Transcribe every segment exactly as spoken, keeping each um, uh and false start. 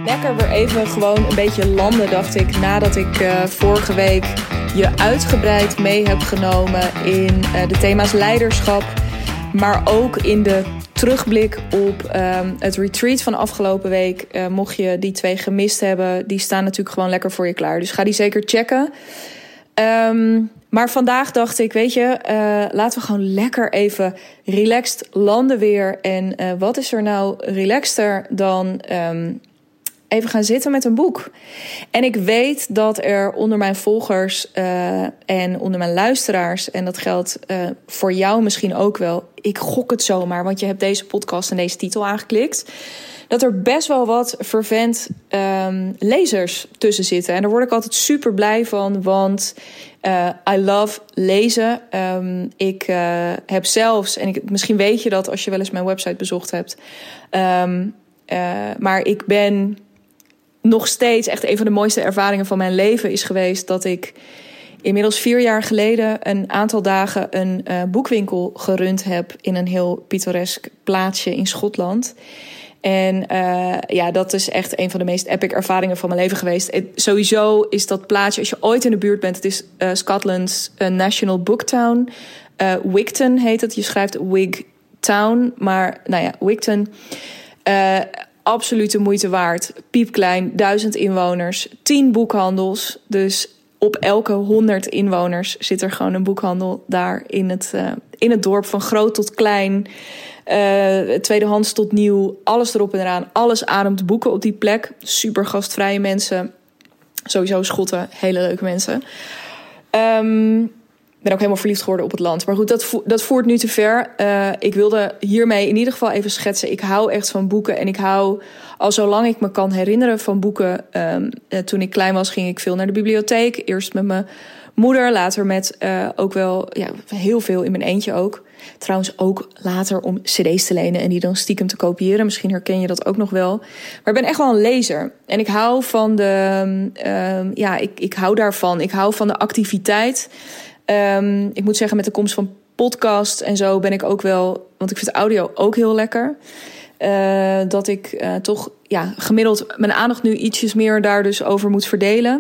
Lekker weer even gewoon een beetje landen, dacht ik. Nadat ik uh, vorige week je uitgebreid mee heb genomen in uh, de thema's leiderschap. Maar ook in de terugblik op uh, het retreat van afgelopen week. Uh, mocht je die twee gemist hebben, die staan natuurlijk gewoon lekker voor je klaar. Dus ga die zeker checken. Um, maar vandaag dacht ik, weet je, uh, laten we gewoon lekker even relaxed landen weer. En uh, wat is er nou relaxter dan um, even gaan zitten met een boek. En ik weet dat er onder mijn volgers uh, en onder mijn luisteraars, en dat geldt uh, voor jou misschien ook wel, ik gok het zomaar, want je hebt deze podcast en deze titel aangeklikt, dat er best wel wat fervent um, lezers tussen zitten. En daar word ik altijd super blij van, want uh, I love lezen. Um, ik uh, heb zelfs, en ik, misschien weet je dat als je wel eens mijn website bezocht hebt, um, uh, maar ik ben nog steeds echt een van de mooiste ervaringen van mijn leven is geweest dat ik inmiddels vier jaar geleden een aantal dagen een uh, boekwinkel gerund heb in een heel pittoresk plaatsje in Schotland. En uh, ja, dat is echt een van de meest epic ervaringen van mijn leven geweest. Het, sowieso is dat plaatsje, als je ooit in de buurt bent, het is uh, Scotland's uh, National Booktown. Uh, Wigton heet het. Je schrijft Wigtown, maar nou ja, Wigton. Uh, absolute moeite waard. Piepklein, duizend inwoners, tien boekhandels. Dus op elke honderd inwoners zit er gewoon een boekhandel daar in het, uh, in het dorp, van groot tot klein. Uh, tweedehands tot nieuw, alles erop en eraan. Alles ademt boeken op die plek. Super gastvrije mensen. Sowieso Schotten, hele leuke mensen. Um, ik ben ook helemaal verliefd geworden op het land. Maar goed, dat, vo- dat voert nu te ver. Uh, ik wilde hiermee in ieder geval even schetsen. Ik hou echt van boeken. En ik hou al zolang ik me kan herinneren van boeken. Um, uh, toen ik klein was, ging ik veel naar de bibliotheek. Eerst met mijn moeder, later met uh, ook wel ja, heel veel in mijn eentje ook. Trouwens ook later om cd's te lenen en die dan stiekem te kopiëren. Misschien herken je dat ook nog wel. Maar ik ben echt wel een lezer. En ik hou van de... Um, ja, ik, ik hou daarvan. Ik hou van de activiteit. Um, ik moet zeggen, met de komst van podcast en zo ben ik ook wel... Want ik vind audio ook heel lekker. Uh, dat ik uh, toch ja, gemiddeld mijn aandacht nu ietsjes meer daar dus over moet verdelen.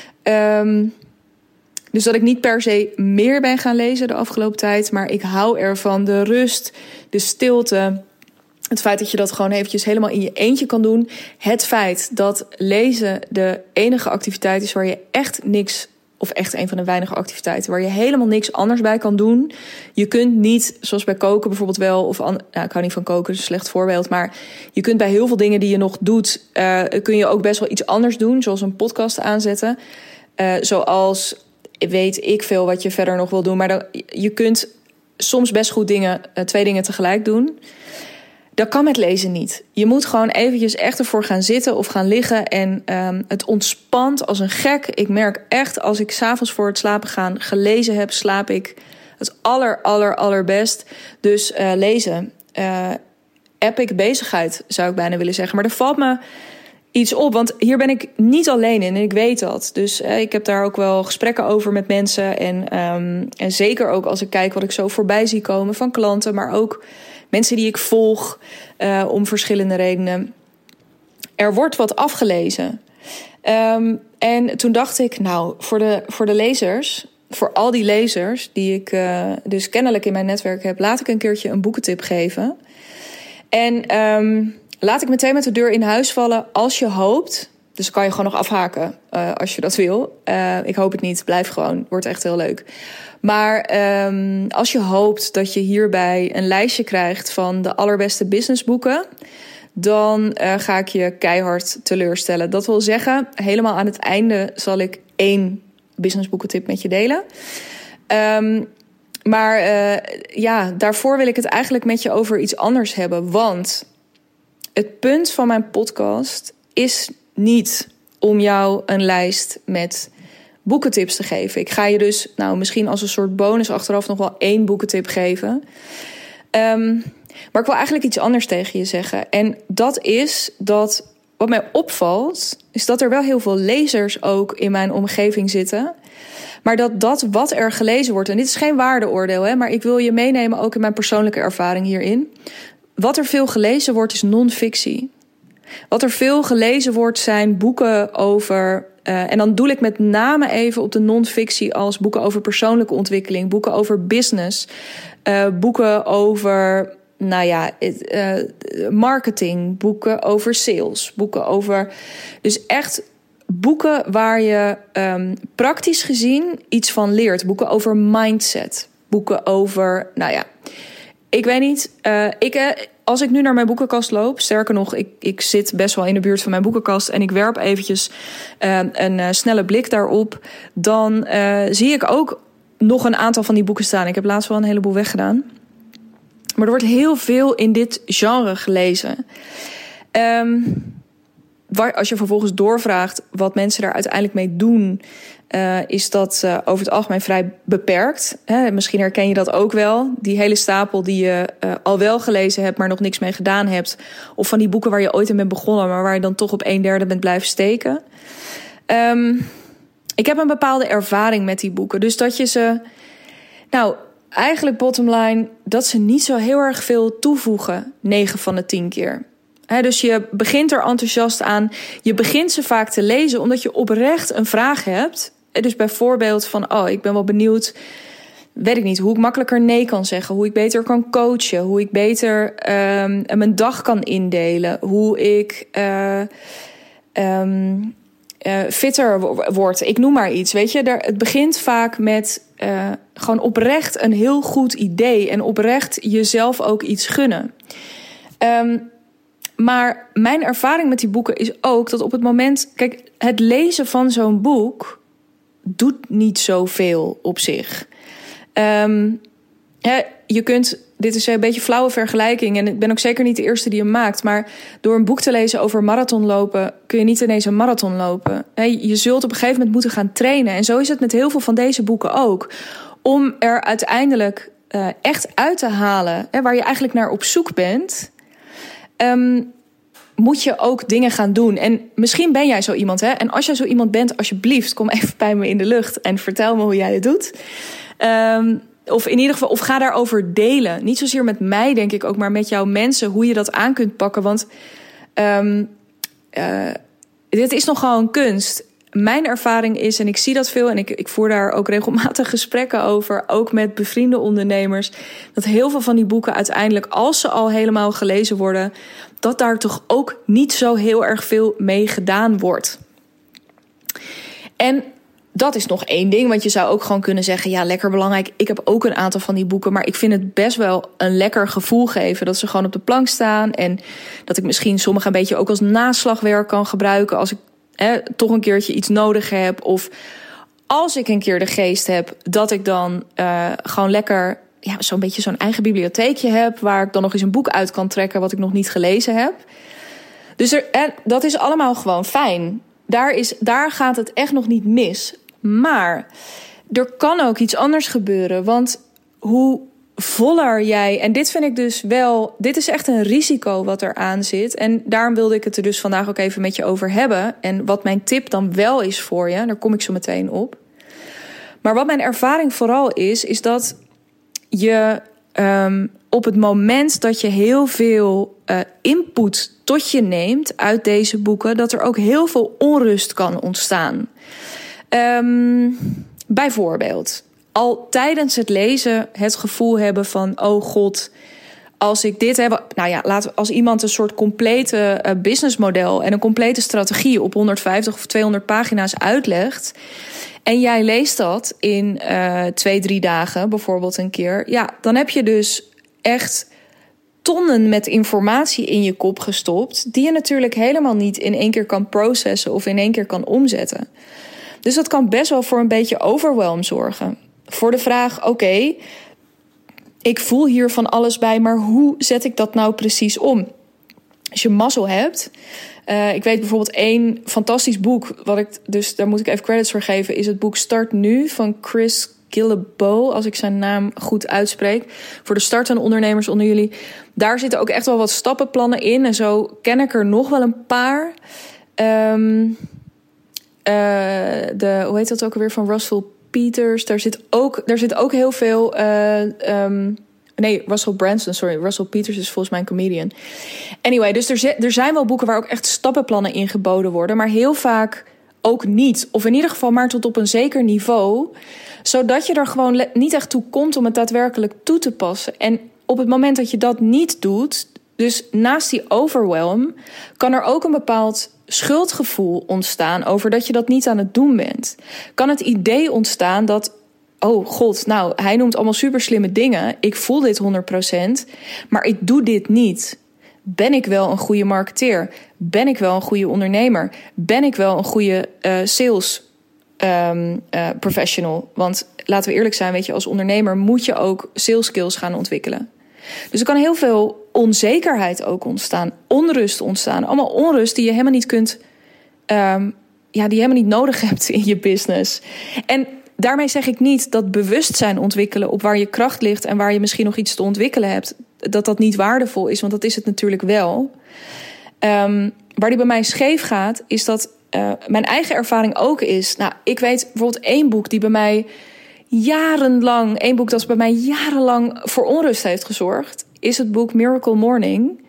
Um, Dus dat ik niet per se meer ben gaan lezen de afgelopen tijd. Maar ik hou ervan de rust, de stilte. Het feit dat je dat gewoon eventjes helemaal in je eentje kan doen. Het feit dat lezen de enige activiteit is waar je echt niks... of echt een van de weinige activiteiten waar je helemaal niks anders bij kan doen. Je kunt niet, zoals bij koken bijvoorbeeld wel... of an, nou, ik hou niet van koken, dat is een slecht voorbeeld... maar je kunt bij heel veel dingen die je nog doet... Uh, kun je ook best wel iets anders doen, zoals een podcast aanzetten. Uh, zoals... weet ik veel wat je verder nog wil doen. Maar dan, je kunt soms best goed dingen, twee dingen tegelijk doen. Dat kan met lezen niet. Je moet gewoon eventjes echt ervoor gaan zitten of gaan liggen. En um, het ontspant als een gek. Ik merk echt, als ik 's avonds voor het slapen gaan gelezen heb, slaap ik het aller, aller, allerbest. Dus uh, lezen. Uh, epic bezigheid, zou ik bijna willen zeggen. Maar er valt me iets op, want hier ben ik niet alleen in en ik weet dat. Dus eh, ik heb daar ook wel gesprekken over met mensen. En, um, en zeker ook als ik kijk wat ik zo voorbij zie komen van klanten, maar ook mensen die ik volg uh, om verschillende redenen. Er wordt wat afgelezen. Um, en toen dacht ik, nou, voor de, voor de lezers, voor al die lezers die ik uh, dus kennelijk in mijn netwerk heb, laat ik een keertje een boekentip geven. En um, laat ik meteen met de deur in huis vallen. Als je hoopt, dus kan je gewoon nog afhaken uh, als je dat wil. Uh, ik hoop het niet, blijf gewoon, wordt echt heel leuk. Maar um, als je hoopt dat je hierbij een lijstje krijgt van de allerbeste businessboeken, dan uh, ga ik je keihard teleurstellen. Dat wil zeggen, helemaal aan het einde zal ik één businessboekentip met je delen. Um, maar uh, ja, daarvoor wil ik het eigenlijk met je over iets anders hebben. Want het punt van mijn podcast is niet om jou een lijst met boekentips te geven. Ik ga je dus nou misschien als een soort bonus achteraf nog wel één boekentip geven. Um, maar ik wil eigenlijk iets anders tegen je zeggen. En dat is dat wat mij opvalt, is dat er wel heel veel lezers ook in mijn omgeving zitten. Maar dat dat wat er gelezen wordt, en dit is geen waardeoordeel, hè, maar ik wil je meenemen ook in mijn persoonlijke ervaring hierin. Wat er veel gelezen wordt is non-fictie. Wat er veel gelezen wordt zijn boeken over... Uh, en dan doe ik met name even op de non-fictie als boeken over persoonlijke ontwikkeling, boeken over business, uh, boeken over nou ja, uh, marketing, boeken over sales, boeken over... Dus echt boeken waar je um, praktisch gezien iets van leert. Boeken over mindset, boeken over, nou ja, ik weet niet, uh, ik... Uh, Als ik nu naar mijn boekenkast loop, sterker nog, ik, ik zit best wel in de buurt van mijn boekenkast en ik werp eventjes uh, een uh, snelle blik daarop, dan uh, zie ik ook nog een aantal van die boeken staan. Ik heb laatst wel een heleboel weggedaan. Maar er wordt heel veel in dit genre gelezen. Um, waar, als je vervolgens doorvraagt wat mensen daar uiteindelijk mee doen, Uh, is dat uh, over het algemeen vrij beperkt. Hè? Misschien herken je dat ook wel. Die hele stapel die je uh, al wel gelezen hebt, maar nog niks mee gedaan hebt. Of van die boeken waar je ooit in bent begonnen, maar waar je dan toch op een derde bent blijven steken. Um, ik heb een bepaalde ervaring met die boeken. Dus dat je ze... Nou, eigenlijk bottom line, dat ze niet zo heel erg veel toevoegen. negen van de tien keer. He, dus je begint er enthousiast aan. Je begint ze vaak te lezen omdat je oprecht een vraag hebt. Dus bijvoorbeeld van, oh, ik ben wel benieuwd, weet ik niet, hoe ik makkelijker nee kan zeggen, hoe ik beter kan coachen, hoe ik beter um, mijn dag kan indelen, hoe ik uh, um, uh, fitter word. Ik noem maar iets, weet je. Daar, het begint vaak met uh, gewoon oprecht een heel goed idee en oprecht jezelf ook iets gunnen. Um, Maar mijn ervaring met die boeken is ook dat op het moment... Kijk, het lezen van zo'n boek doet niet zoveel op zich. Um, ja, je kunt... Dit is een beetje een flauwe vergelijking en ik ben ook zeker niet de eerste die hem maakt. Maar door een boek te lezen over marathonlopen kun je niet ineens een marathon lopen. Je zult op een gegeven moment moeten gaan trainen. En zo is het met heel veel van deze boeken ook. Om er uiteindelijk uh, echt uit te halen, hè, waar je eigenlijk naar op zoek bent... Um, moet je ook dingen gaan doen. En misschien ben jij zo iemand, hè? En als jij zo iemand bent, alsjeblieft, kom even bij me in de lucht en vertel me hoe jij het doet. Um, of in ieder geval, of ga daarover delen. Niet zozeer met mij, denk ik, ook maar met jouw mensen, hoe je dat aan kunt pakken. Want um, uh, dit is nogal een kunst. Mijn ervaring is, en ik zie dat veel, en ik, ik voer daar ook regelmatig gesprekken over, ook met bevriende ondernemers, dat heel veel van die boeken uiteindelijk, als ze al helemaal gelezen worden, dat daar toch ook niet zo heel erg veel mee gedaan wordt. En dat is nog één ding, want je zou ook gewoon kunnen zeggen, ja, lekker belangrijk, ik heb ook een aantal van die boeken, maar ik vind het best wel een lekker gevoel geven dat ze gewoon op de plank staan en dat ik misschien sommige een beetje ook als naslagwerk kan gebruiken als ik He, toch een keertje iets nodig heb. Of als ik een keer de geest heb, dat ik dan uh, gewoon lekker ja, zo'n beetje zo'n eigen bibliotheekje heb, waar ik dan nog eens een boek uit kan trekken wat ik nog niet gelezen heb. Dus er, en dat is allemaal gewoon fijn. Daar, is, daar gaat het echt nog niet mis. Maar er kan ook iets anders gebeuren. Want hoe voller jij... En dit vind ik dus wel... Dit is echt een risico wat er aan zit. En daarom wilde ik het er dus vandaag ook even met je over hebben. En wat mijn tip dan wel is voor je, daar kom ik zo meteen op. Maar wat mijn ervaring vooral is, is dat je um, op het moment dat je heel veel uh, input tot je neemt uit deze boeken, dat er ook heel veel onrust kan ontstaan. Um, bijvoorbeeld al tijdens het lezen het gevoel hebben van, oh god, als ik dit heb, nou ja, laten als iemand een soort complete uh, businessmodel en een complete strategie op honderdvijftig of tweehonderd pagina's uitlegt, en jij leest dat in uh, twee, drie dagen bijvoorbeeld een keer, ja, dan heb je dus echt tonnen met informatie in je kop gestopt, die je natuurlijk helemaal niet in één keer kan processen of in één keer kan omzetten. Dus dat kan best wel voor een beetje overwhelm zorgen. Voor de vraag, oké, okay, ik voel hier van alles bij, maar hoe zet ik dat nou precies om? Als je mazzel hebt, uh, ik weet bijvoorbeeld één fantastisch boek, wat ik dus daar moet ik even credits voor geven, is het boek Start Nu van Chris Guillebeau, als ik zijn naam goed uitspreek. Voor de startende ondernemers onder jullie. Daar zitten ook echt wel wat stappenplannen in. En zo ken ik er nog wel een paar. Um, uh, de, hoe heet dat ook alweer, van Russell Peters. Daar zit ook, daar zit ook heel veel uh, um, Nee, Russell Brunson, sorry. Russell Peters is volgens mij een comedian. Anyway, dus er, er zijn wel boeken waar ook echt stappenplannen in geboden worden. Maar heel vaak ook niet. Of in ieder geval maar tot op een zeker niveau. Zodat je er gewoon niet echt toe komt om het daadwerkelijk toe te passen. En op het moment dat je dat niet doet, dus naast die overwhelm, kan er ook een bepaald schuldgevoel ontstaan over dat je dat niet aan het doen bent. Kan het idee ontstaan dat, oh god, nou, hij noemt allemaal super slimme dingen. Ik voel dit honderd procent, maar ik doe dit niet. Ben ik wel een goede marketeer? Ben ik wel een goede ondernemer? Ben ik wel een goede uh, sales um, uh, professional? Want laten we eerlijk zijn, weet je, als ondernemer moet je ook sales skills gaan ontwikkelen. Dus er kan heel veel onzekerheid ook ontstaan, onrust ontstaan. Allemaal onrust die je helemaal niet kunt, um, ja, die je helemaal niet nodig hebt in je business. En daarmee zeg ik niet dat bewustzijn ontwikkelen op waar je kracht ligt en waar je misschien nog iets te ontwikkelen hebt, dat dat niet waardevol is, want dat is het natuurlijk wel. Um, waar die bij mij scheef gaat, is dat uh, mijn eigen ervaring ook is. Nou, ik weet bijvoorbeeld één boek die bij mij jarenlang, één boek dat bij mij jarenlang voor onrust heeft gezorgd, is het boek Miracle Morning.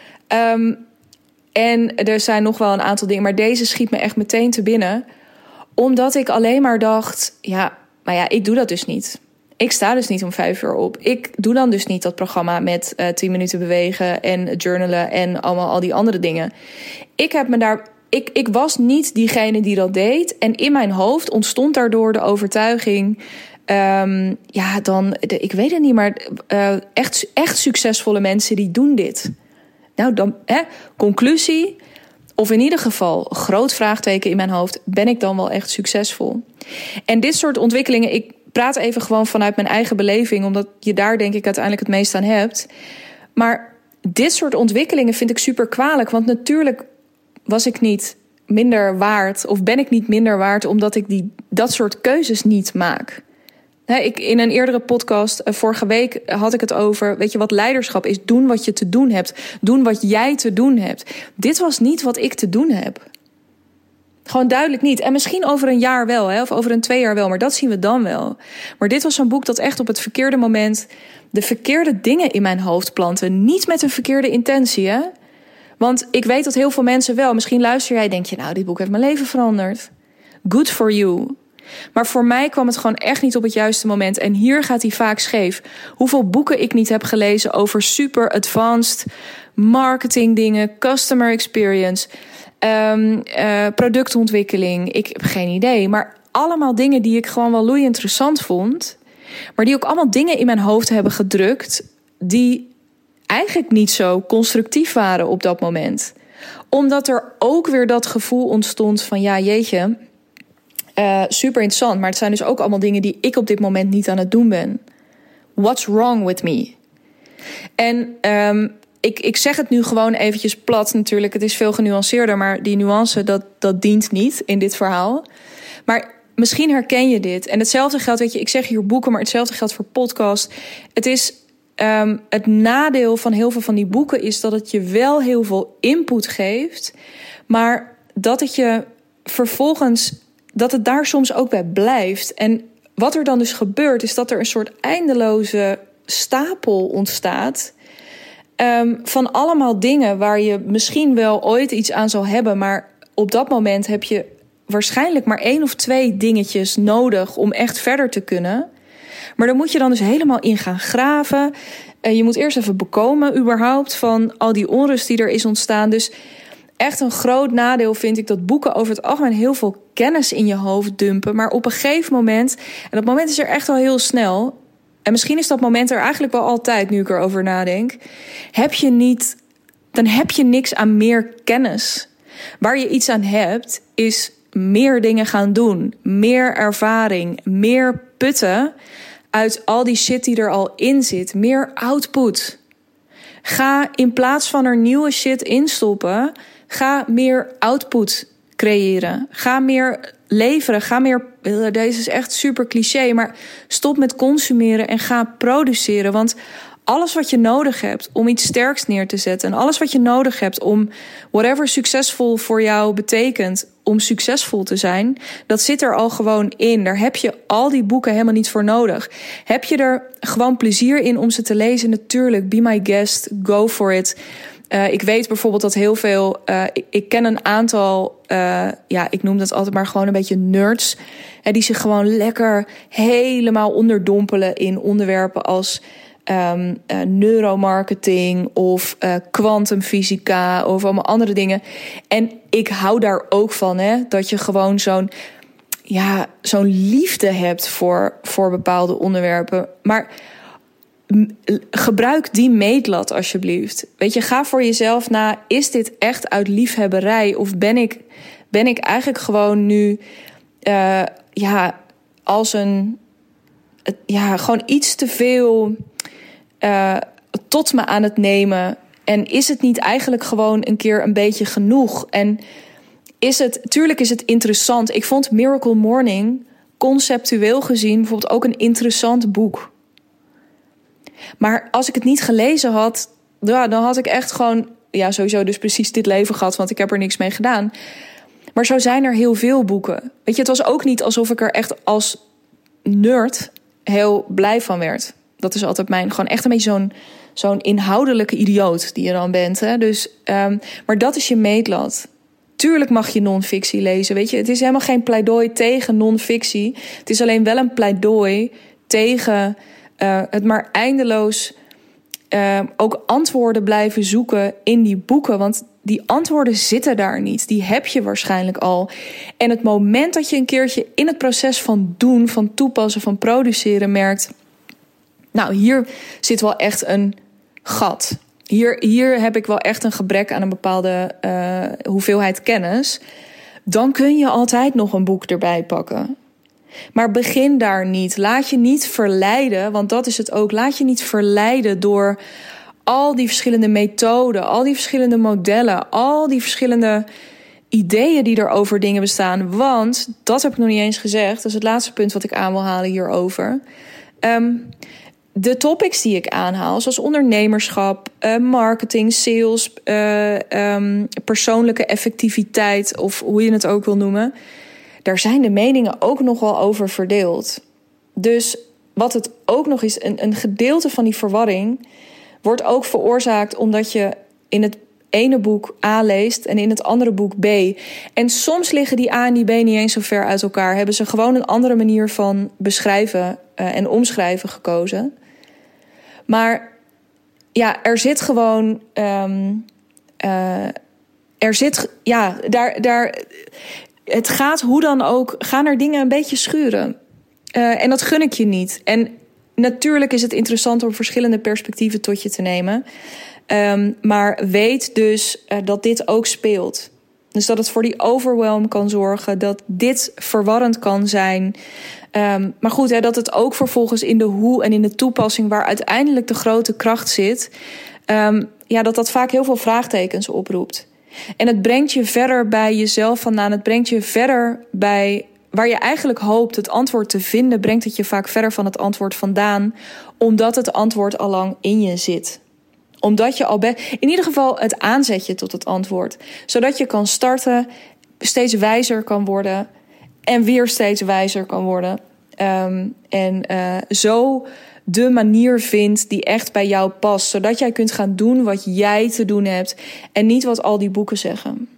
Um, en er zijn nog wel een aantal dingen, maar deze schiet me echt meteen te binnen, omdat ik alleen maar dacht, ja, maar ja, ik doe dat dus niet. Ik sta dus niet om vijf uur op. Ik doe dan dus niet dat programma met uh, tien minuten bewegen en journalen en allemaal al die andere dingen. Ik heb me daar, ik, ik was niet diegene die dat deed. En in mijn hoofd ontstond daardoor de overtuiging, um, ja, dan, de, ik weet het niet, maar uh, echt, echt succesvolle mensen die doen dit. Nou, dan, hè, conclusie, of in ieder geval groot vraagteken in mijn hoofd, ben ik dan wel echt succesvol? En dit soort ontwikkelingen, ik praat even gewoon vanuit mijn eigen beleving, omdat je daar denk ik uiteindelijk het meest aan hebt. Maar dit soort ontwikkelingen vind ik super kwalijk, want natuurlijk was ik niet minder waard, of ben ik niet minder waard, omdat ik die, dat soort keuzes niet maak. He, ik, in een eerdere podcast, uh, vorige week, had ik het over, weet je wat leiderschap is? Doen wat je te doen hebt. Doen wat jij te doen hebt. Dit was niet wat ik te doen heb. Gewoon duidelijk niet. En misschien over een jaar wel, hè, of over een twee jaar wel. Maar dat zien we dan wel. Maar dit was zo'n boek dat echt op het verkeerde moment de verkeerde dingen in mijn hoofd plantte. Niet met een verkeerde intentie, hè. Want ik weet dat heel veel mensen wel, misschien luister jij en denk je, nou, dit boek heeft mijn leven veranderd. Good for you. Maar voor mij kwam het gewoon echt niet op het juiste moment. En hier gaat hij vaak scheef. Hoeveel boeken ik niet heb gelezen over super advanced marketing dingen, customer experience, um, uh, productontwikkeling. Ik heb geen idee. Maar allemaal dingen die ik gewoon wel loei interessant vond. Maar die ook allemaal dingen in mijn hoofd hebben gedrukt die eigenlijk niet zo constructief waren op dat moment. Omdat er ook weer dat gevoel ontstond van, ja, jeetje, Uh, super interessant, maar het zijn dus ook allemaal dingen die ik op dit moment niet aan het doen ben. What's wrong with me? En um, ik, ik zeg het nu gewoon eventjes plat natuurlijk. Het is veel genuanceerder, maar die nuance, dat, dat dient niet in dit verhaal. Maar misschien herken je dit. En hetzelfde geldt, weet je, ik zeg hier boeken, maar hetzelfde geldt voor podcast. Het is um, het nadeel van heel veel van die boeken is dat het je wel heel veel input geeft, maar dat het je vervolgens, dat het daar soms ook bij blijft. En wat er dan dus gebeurt, is dat er een soort eindeloze stapel ontstaat um, van allemaal dingen waar je misschien wel ooit iets aan zal hebben, maar op dat moment heb je waarschijnlijk maar één of twee dingetjes nodig om echt verder te kunnen. Maar daar moet je dan dus helemaal in gaan graven. Uh, je moet eerst even bekomen überhaupt van al die onrust die er is ontstaan. Dus echt een groot nadeel vind ik dat boeken over het algemeen heel veel kennis in je hoofd dumpen. Maar op een gegeven moment, en dat moment is er echt al heel snel, en misschien is dat moment er eigenlijk wel altijd, nu ik erover nadenk, heb je niet, dan heb je niks aan meer kennis. Waar je iets aan hebt, is meer dingen gaan doen, meer ervaring, meer putten uit al die shit die er al in zit, meer output. Ga in plaats van er nieuwe shit instoppen, ga meer output creëren. Ga meer leveren. Ga meer, deze is echt super cliché, maar stop met consumeren en ga produceren. Want alles wat je nodig hebt om iets sterks neer te zetten... en alles wat je nodig hebt om whatever succesvol voor jou betekent... om succesvol te zijn, dat zit er al gewoon in. Daar heb je al die boeken helemaal niet voor nodig. Heb je er gewoon plezier in om ze te lezen? Natuurlijk, be my guest, go for it. Uh, ik weet bijvoorbeeld dat heel veel... Uh, ik, ik ken een aantal, uh, ja, ik noem dat altijd maar gewoon een beetje nerds... Hè, die zich gewoon lekker helemaal onderdompelen in onderwerpen als... Um, uh, neuromarketing of uh, kwantumfysica of allemaal andere dingen. En ik hou daar ook van, hè, dat je gewoon zo'n, ja, zo'n liefde hebt voor, voor bepaalde onderwerpen. Maar m- gebruik die meetlat alsjeblieft. Weet je, ga voor jezelf na, is dit echt uit liefhebberij? Of ben ik, ben ik eigenlijk gewoon nu uh, ja, als een ja, gewoon iets te veel... Uh, tot me aan het nemen. En is het niet eigenlijk gewoon een keer een beetje genoeg? En is het, tuurlijk is het interessant. Ik vond Miracle Morning conceptueel gezien bijvoorbeeld ook een interessant boek. Maar als ik het niet gelezen had, ja, dan had ik echt gewoon, ja, sowieso dus precies dit leven gehad, want ik heb er niks mee gedaan. Maar zo zijn er heel veel boeken. Weet je, het was ook niet alsof ik er echt als nerd heel blij van werd. Dat is altijd mijn, gewoon echt een beetje zo'n, zo'n inhoudelijke idioot die je dan bent. Hè? Dus, um, maar dat is je meetlat. Tuurlijk mag je non-fictie lezen, weet je. Het is helemaal geen pleidooi tegen non-fictie. Het is alleen wel een pleidooi tegen uh, het maar eindeloos uh, ook antwoorden blijven zoeken in die boeken. Want die antwoorden zitten daar niet. Die heb je waarschijnlijk al. En het moment dat je een keertje in het proces van doen, van toepassen, van produceren merkt... Nou, hier zit wel echt een gat. Hier, hier heb ik wel echt een gebrek aan een bepaalde uh, hoeveelheid kennis. Dan kun je altijd nog een boek erbij pakken. Maar begin daar niet. Laat je niet verleiden, want dat is het ook. Laat je niet verleiden door al die verschillende methoden, al die verschillende modellen, al die verschillende ideeën die er over dingen bestaan. Want, dat heb ik nog niet eens gezegd, dat is het laatste punt wat ik aan wil halen hierover. Um, De topics die ik aanhaal, zoals ondernemerschap, uh, marketing, sales, uh, um, persoonlijke effectiviteit, of hoe je het ook wil noemen, daar zijn de meningen ook nog wel over verdeeld. Dus wat het ook nog is, een, een gedeelte van die verwarring wordt ook veroorzaakt omdat je in het ene boek A leest en in het andere boek B. En soms liggen die A en die B niet eens zo ver uit elkaar. Hebben ze gewoon een andere manier van beschrijven uh, en omschrijven gekozen. Maar ja, er zit gewoon... Um, uh, er zit... Ja, daar, daar... Het gaat hoe dan ook... Gaan er dingen een beetje schuren. Uh, en dat gun ik je niet. En natuurlijk is het interessant om verschillende perspectieven tot je te nemen. Um, maar weet dus uh, dat dit ook speelt. Dus dat het voor die overwhelm kan zorgen. Dat dit verwarrend kan zijn. Um, maar goed, hè, dat het ook vervolgens in de hoe en in de toepassing, waar uiteindelijk de grote kracht zit, um, ja, dat dat vaak heel veel vraagtekens oproept. En het brengt je verder bij jezelf vandaan. Het brengt je verder bij waar je eigenlijk hoopt het antwoord te vinden, brengt het je vaak verder van het antwoord vandaan, omdat het antwoord al lang in je zit. Omdat je al be- in ieder geval het aanzetje tot het antwoord. Zodat je kan starten, steeds wijzer kan worden en weer steeds wijzer kan worden. Um, en uh, zo de manier vindt die echt bij jou past. Zodat jij kunt gaan doen wat jij te doen hebt en niet wat al die boeken zeggen.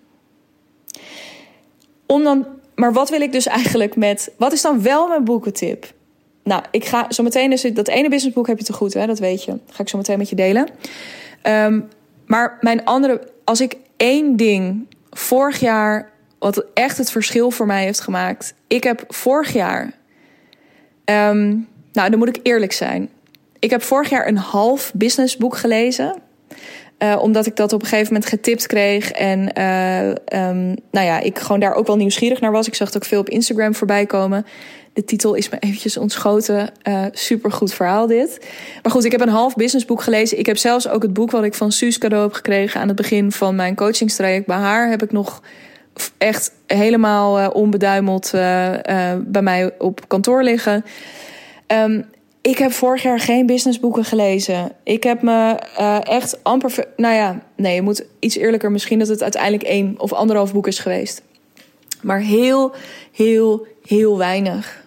Om dan, maar wat wil ik dus eigenlijk met... Wat is dan wel mijn boekentip? Nou, ik ga zo meteen... Dus dat ene businessboek heb je te goed, hè? Dat weet je. Dat ga ik zo meteen met je delen. Um, maar mijn andere... Als ik één ding vorig jaar, wat echt het verschil voor mij heeft gemaakt. Ik heb vorig jaar... Um, nou, dan moet ik eerlijk zijn. Ik heb vorig jaar een half businessboek gelezen. Uh, omdat ik dat op een gegeven moment getipt kreeg. En uh, um, nou ja, ik gewoon daar ook wel nieuwsgierig naar was. Ik zag het ook veel op Instagram voorbij komen. De titel is me eventjes ontschoten. Uh, supergoed verhaal dit. Maar goed, ik heb een half businessboek gelezen. Ik heb zelfs ook het boek wat ik van Suus cadeau heb gekregen aan het begin van mijn coachingstraject bij haar. Heb ik nog echt helemaal uh, onbeduimeld uh, uh, bij mij op kantoor liggen. Um, Ik heb vorig jaar geen businessboeken gelezen. Ik heb me uh, echt amper... Nou ja, nee, je moet iets eerlijker. Misschien dat het uiteindelijk één of anderhalf boek is geweest. Maar heel, heel, heel weinig.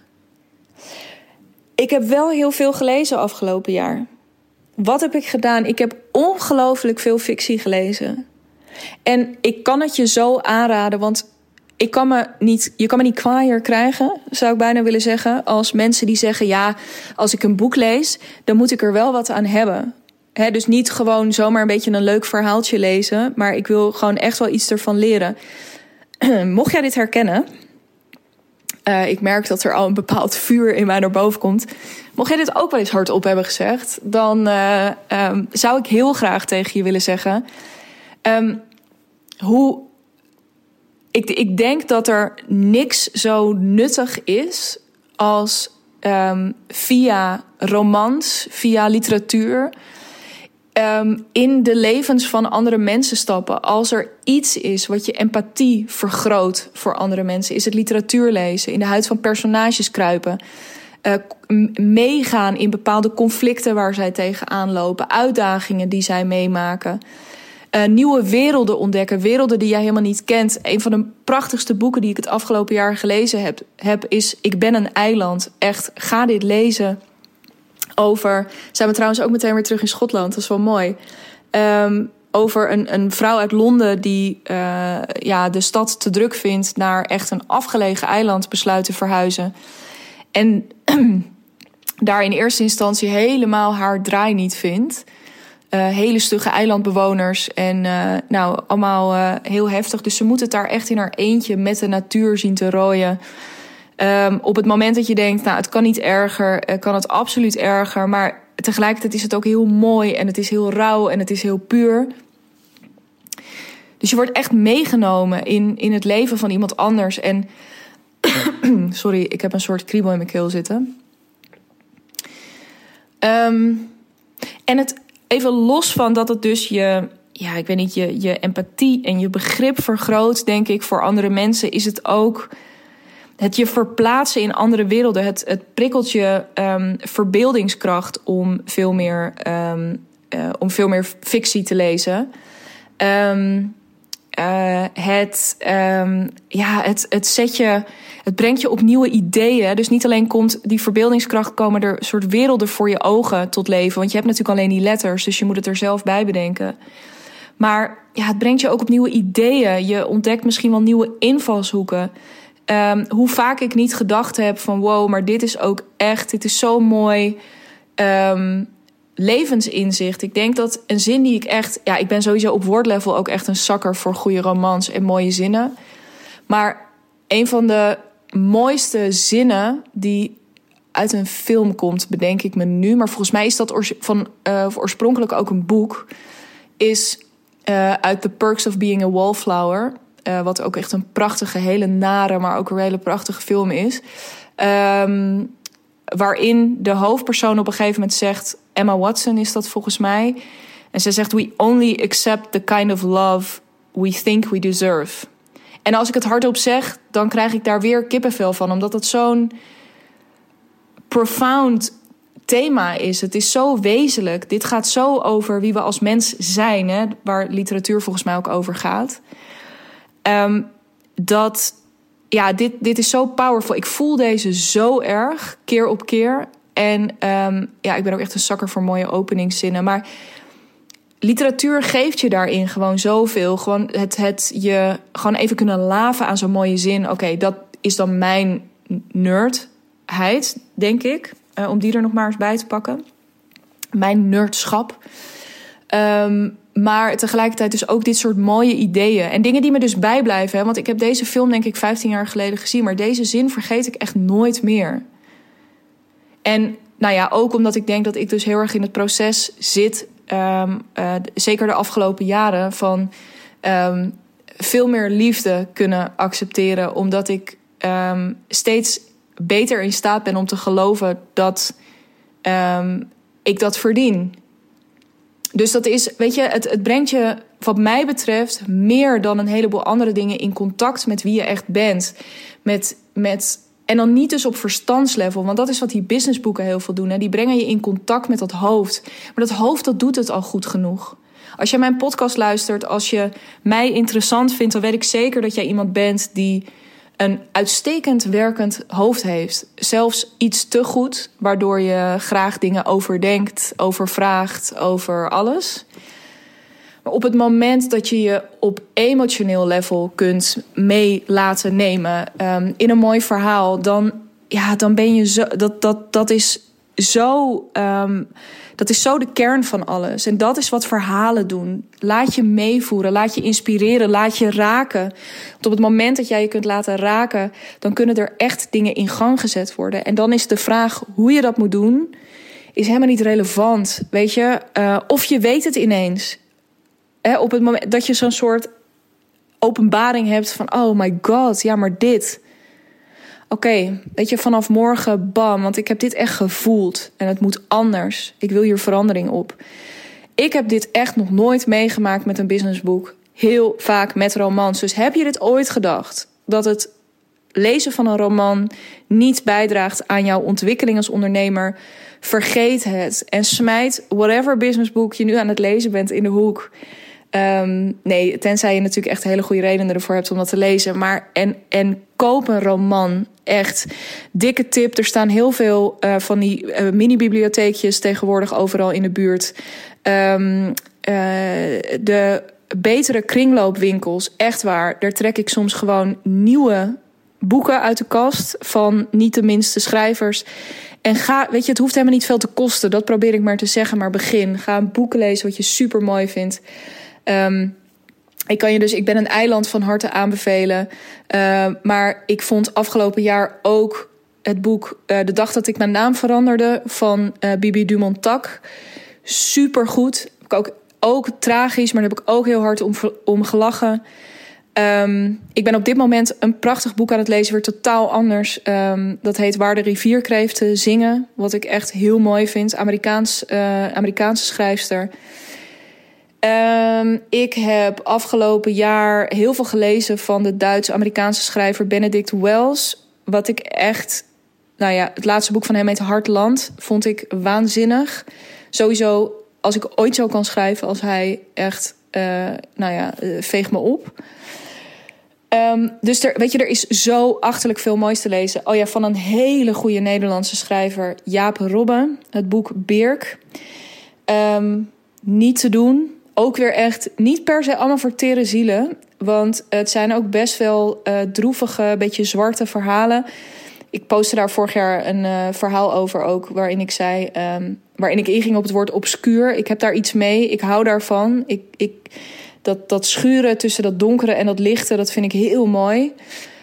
Ik heb wel heel veel gelezen afgelopen jaar. Wat heb ik gedaan? Ik heb ongelooflijk veel fictie gelezen. En ik kan het je zo aanraden, want ik kan me niet, je kan me niet kwaaier krijgen, zou ik bijna willen zeggen, als mensen die zeggen, ja, als ik een boek lees, dan moet ik er wel wat aan hebben. He, dus niet gewoon zomaar een beetje een leuk verhaaltje lezen, maar ik wil gewoon echt wel iets ervan leren. Mocht jij dit herkennen, uh, ik merk dat er al een bepaald vuur in mij naar boven komt. Mocht jij dit ook wel eens hardop hebben gezegd, dan uh, um, zou ik heel graag tegen je willen zeggen, um, hoe... Ik, ik denk dat er niks zo nuttig is als um, via romans, via literatuur, um, in de levens van andere mensen stappen. Als er iets is wat je empathie vergroot voor andere mensen, is het literatuur lezen, in de huid van personages kruipen, uh, meegaan in bepaalde conflicten waar zij tegenaan lopen, uitdagingen die zij meemaken. Uh, nieuwe werelden ontdekken, werelden die jij helemaal niet kent. Een van de prachtigste boeken die ik het afgelopen jaar gelezen heb, heb is Ik ben een eiland. Echt, ga dit lezen. Over, zijn we trouwens ook meteen weer terug in Schotland, dat is wel mooi. Um, over een, een vrouw uit Londen die uh, ja, de stad te druk vindt, naar echt een afgelegen eiland besluit te verhuizen. En daar in eerste instantie helemaal haar draai niet vindt. Uh, hele stugge eilandbewoners en uh, nou, allemaal uh, heel heftig. Dus ze moet het daar echt in haar eentje met de natuur zien te rooien. Um, op het moment dat je denkt, nou, het kan niet erger, uh, kan het absoluut erger. Maar tegelijkertijd is het ook heel mooi en het is heel rauw en het is heel puur. Dus je wordt echt meegenomen in, in het leven van iemand anders. En sorry, ik heb een soort kriebel in mijn keel zitten. Um, en het... Even los van dat het dus je, ja, ik weet niet, je, je empathie en je begrip vergroot, denk ik, voor andere mensen, is het ook het je verplaatsen in andere werelden. Het, het prikkelt je um, verbeeldingskracht om veel meer, um, uh, om veel meer fictie te lezen. Um, uh, het, um, ja, het, het zet je, het brengt je op nieuwe ideeën. Dus niet alleen komt die verbeeldingskracht, komen er soort werelden voor je ogen tot leven. Want je hebt natuurlijk alleen die letters, dus je moet het er zelf bij bedenken. Maar ja, het brengt je ook op nieuwe ideeën. Je ontdekt misschien wel nieuwe invalshoeken. Um, hoe vaak ik niet gedacht heb van wow, maar dit is ook echt, dit is zo mooi. Um, levensinzicht. Ik denk dat een zin die ik echt... Ja, ik ben sowieso op woordlevel ook echt een zakker voor goede romans en mooie zinnen. Maar een van de mooiste zinnen die uit een film komt, bedenk ik me nu, maar volgens mij is dat oors- van, uh, oorspronkelijk ook een boek, is uh, uit The Perks of Being a Wallflower. Uh, wat ook echt een prachtige, hele nare, maar ook een hele prachtige film is. Um, waarin de hoofdpersoon op een gegeven moment zegt, Emma Watson is dat volgens mij, en ze zegt, we only accept the kind of love we think we deserve. En als ik het hardop zeg, dan krijg ik daar weer kippenvel van, omdat het zo'n profound thema is. Het is zo wezenlijk. Dit gaat zo over wie we als mens zijn, hè, waar literatuur volgens mij ook over gaat. Um, dat, ja, dit, dit is zo powerful. Ik voel deze zo erg, keer op keer. En um, ja, ik ben ook echt een zakker voor mooie openingszinnen. Maar literatuur geeft je daarin gewoon zoveel. Gewoon het, het je gewoon even kunnen laven aan zo'n mooie zin. Oké, okay, dat is dan mijn nerdheid, denk ik. Uh, om die er nog maar eens bij te pakken. Mijn nerdschap. Um, maar tegelijkertijd dus ook dit soort mooie ideeën. En dingen die me dus bijblijven. Hè? Want ik heb deze film denk ik vijftien jaar geleden gezien. Maar deze zin vergeet ik echt nooit meer. En nou ja, ook omdat ik denk dat ik dus heel erg in het proces zit. Um, uh, zeker de afgelopen jaren. Van um, veel meer liefde kunnen accepteren. Omdat ik um, steeds beter in staat ben om te geloven dat um, ik dat verdien. Dus dat is, weet je, het, het brengt je wat mij betreft meer dan een heleboel andere dingen in contact met wie je echt bent. Met, met En dan niet dus op verstandslevel, want dat is wat die businessboeken heel veel doen. Hè. Die brengen je in contact met dat hoofd. Maar dat hoofd, dat doet het al goed genoeg. Als je mijn podcast luistert, als je mij interessant vindt, dan weet ik zeker dat jij iemand bent die een uitstekend werkend hoofd heeft. Zelfs iets te goed, waardoor je graag dingen overdenkt, overvraagt, over alles. Maar op het moment dat je je op emotioneel level kunt mee laten nemen um, in een mooi verhaal, dan, ja, dan ben je zo. Dat, dat, dat is zo. Um, dat is zo de kern van alles. En dat is wat verhalen doen. Laat je meevoeren, laat je inspireren, laat je raken. Want op het moment dat jij je kunt laten raken, dan kunnen er echt dingen in gang gezet worden. En dan is de vraag hoe je dat moet doen, is helemaal niet relevant. Weet je, uh, of je weet het ineens. He, op het moment dat je zo'n soort openbaring hebt van, oh my god, ja, maar dit. Oké, okay, weet je, vanaf morgen, bam, want ik heb dit echt gevoeld. En het moet anders. Ik wil hier verandering op. Ik heb dit echt nog nooit meegemaakt met een businessboek. Heel vaak met romans. Dus heb je dit ooit gedacht? Dat het lezen van een roman niet bijdraagt aan jouw ontwikkeling als ondernemer? Vergeet het. En smijt whatever businessboek je nu aan het lezen bent in de hoek. Um, nee, tenzij je natuurlijk echt hele goede redenen ervoor hebt om dat te lezen. Maar en, en koop een roman. Echt. Dikke tip. Er staan heel veel uh, van die uh, mini-bibliotheekjes tegenwoordig overal in de buurt. Um, uh, de betere kringloopwinkels. Echt waar. Daar trek ik soms gewoon nieuwe boeken uit de kast van niet de minste schrijvers. En ga, weet je, het hoeft helemaal niet veel te kosten. Dat probeer ik maar te zeggen. Maar begin. Ga een boek lezen wat je super mooi vindt. Um, ik kan je dus, ik ben een eiland van harte aanbevelen. Uh, maar ik vond afgelopen jaar ook het boek uh, De dag dat ik mijn naam veranderde van uh, Bibi Dumontac. Super goed. Ook, ook tragisch, maar daar heb ik ook heel hard om, om gelachen. Um, ik ben op dit moment een prachtig boek aan het lezen, weer totaal anders. Um, dat heet Waar de rivierkreeften zingen. Wat ik echt heel mooi vind. Amerikaans, uh, Amerikaanse schrijfster. Um, ik heb afgelopen jaar heel veel gelezen van de Duits-Amerikaanse schrijver Benedict Wells. Wat ik echt, nou ja, het laatste boek van hem heet Hartland. Vond ik waanzinnig. Sowieso, als ik ooit zo kan schrijven als hij, echt, uh, nou ja, uh, veeg me op. Um, dus er, weet je, er is zo achterlijk veel moois te lezen. Oh ja, van een hele goede Nederlandse schrijver, Jaap Robbe. Het boek Birk. Um, niet te doen. Ook weer echt niet per se allemaal voor tere zielen. Want het zijn ook best wel uh, droevige, beetje zwarte verhalen. Ik postte daar vorig jaar een uh, verhaal over ook, waarin ik zei, um, waarin ik inging op het woord obscuur. Ik heb daar iets mee, ik hou daarvan. Ik, ik, dat, dat schuren tussen dat donkere en dat lichte, dat vind ik heel mooi.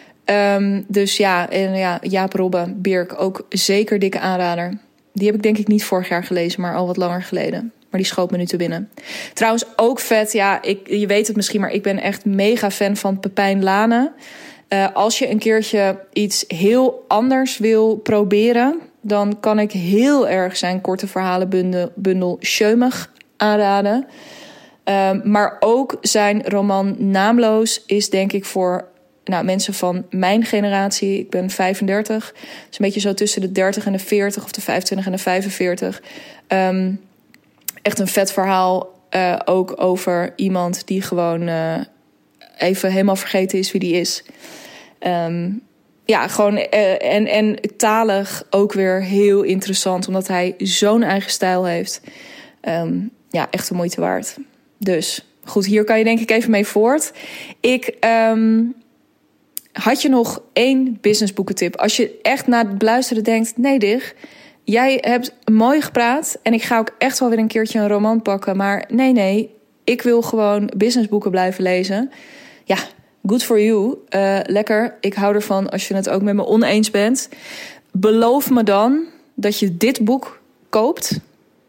Um, dus ja, en ja, Jaap Robbe, Birk, ook zeker dikke aanrader. Die heb ik denk ik niet vorig jaar gelezen, maar al wat langer geleden. Maar die schoot me nu te binnen. Trouwens, ook vet. Ja, ik, je weet het misschien, maar ik ben echt mega fan van Pepijn Lane. Uh, als je een keertje iets heel anders wil proberen, dan kan ik heel erg zijn korte verhalenbundel bundel Sjömig aanraden. Uh, maar ook zijn roman Naamloos is denk ik voor nou, mensen van mijn generatie. Ik ben vijfendertig. Het is een beetje zo tussen de dertig en de veertig of de vijfentwintig en de vijfenveertig. Um, Echt een vet verhaal, uh, ook over iemand die gewoon uh, even helemaal vergeten is wie die is. Um, ja, gewoon uh, en, en talig ook weer heel interessant, omdat hij zo'n eigen stijl heeft. Um, ja, echt de moeite waard. Dus goed, hier kan je denk ik even mee voort. Ik um, had je nog één businessboekentip. Als je echt na het beluisteren denkt, nee Dig, jij hebt mooi gepraat en ik ga ook echt wel weer een keertje een roman pakken. Maar nee, nee, ik wil gewoon businessboeken blijven lezen. Ja, good for you. Uh, lekker, ik hou ervan als je het ook met me oneens bent. Beloof me dan dat je dit boek koopt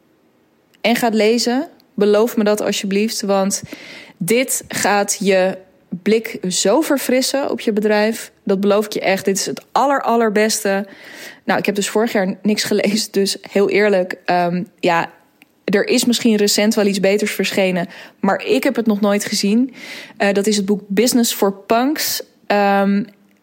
en gaat lezen. Beloof me dat alsjeblieft, want dit gaat je blik zo verfrissen op je bedrijf. Dat beloof ik je echt. Dit is het aller, allerbeste. Nou, ik heb dus vorig jaar niks gelezen, dus heel eerlijk. Um, ja, er is misschien recent wel iets beters verschenen, maar ik heb het nog nooit gezien. Uh, dat is het boek Business for Punks. Um,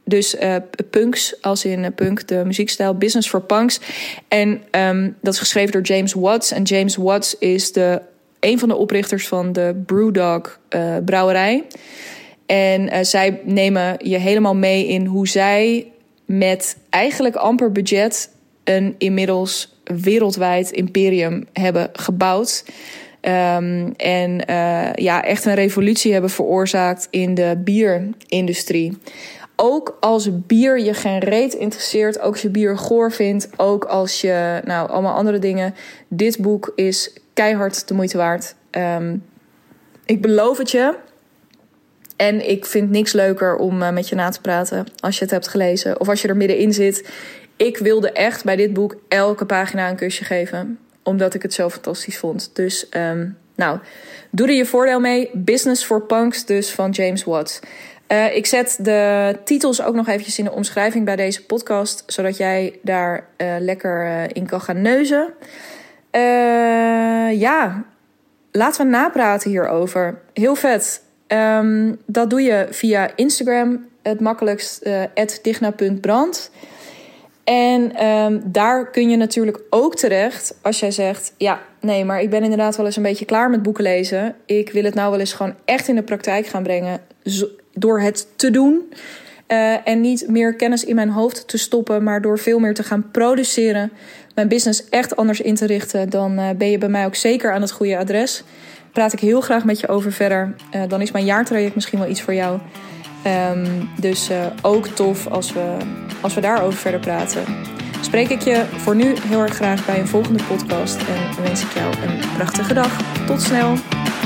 Dus uh, punks, als in uh, punk, de muziekstijl, Business for Punks. En um, dat is geschreven door James Watts. En James Watts is de, een van de oprichters van de Brewdog uh, brouwerij. En uh, zij nemen je helemaal mee in hoe zij met eigenlijk amper budget een inmiddels wereldwijd imperium hebben gebouwd. Um, en uh, ja, echt een revolutie hebben veroorzaakt in de bierindustrie. Ook als bier je geen reet interesseert, ook als je bier goor vindt, ook als je, nou, allemaal andere dingen. Dit boek is keihard de moeite waard. Um, ik beloof het je. En ik vind niks leuker om uh, met je na te praten als je het hebt gelezen. Of als je er middenin zit. Ik wilde echt bij dit boek elke pagina een kusje geven. Omdat ik het zo fantastisch vond. Dus, um, nou, doe er je voordeel mee. Business for Punks, dus van James Watts. Uh, ik zet de titels ook nog eventjes in de omschrijving bij deze podcast. Zodat jij daar uh, lekker uh, in kan gaan neuzen. Uh, ja, laten we napraten hierover. Heel vet. Um, dat doe je via Instagram. Het makkelijkst uh, at digna punt brand. En um, daar kun je natuurlijk ook terecht als jij zegt, ja, nee, maar ik ben inderdaad wel eens een beetje klaar met boeken lezen. Ik wil het nou wel eens gewoon echt in de praktijk gaan brengen zo, door het te doen. Uh, en niet meer kennis in mijn hoofd te stoppen, maar door veel meer te gaan produceren. Mijn business echt anders in te richten. Dan uh, ben je bij mij ook zeker aan het goede adres. Praat ik heel graag met je over verder. Uh, dan is mijn jaartraject misschien wel iets voor jou. Um, dus uh, ook tof als we, als we daarover verder praten. Spreek ik je voor nu heel erg graag bij een volgende podcast. En wens ik jou een prachtige dag. Tot snel.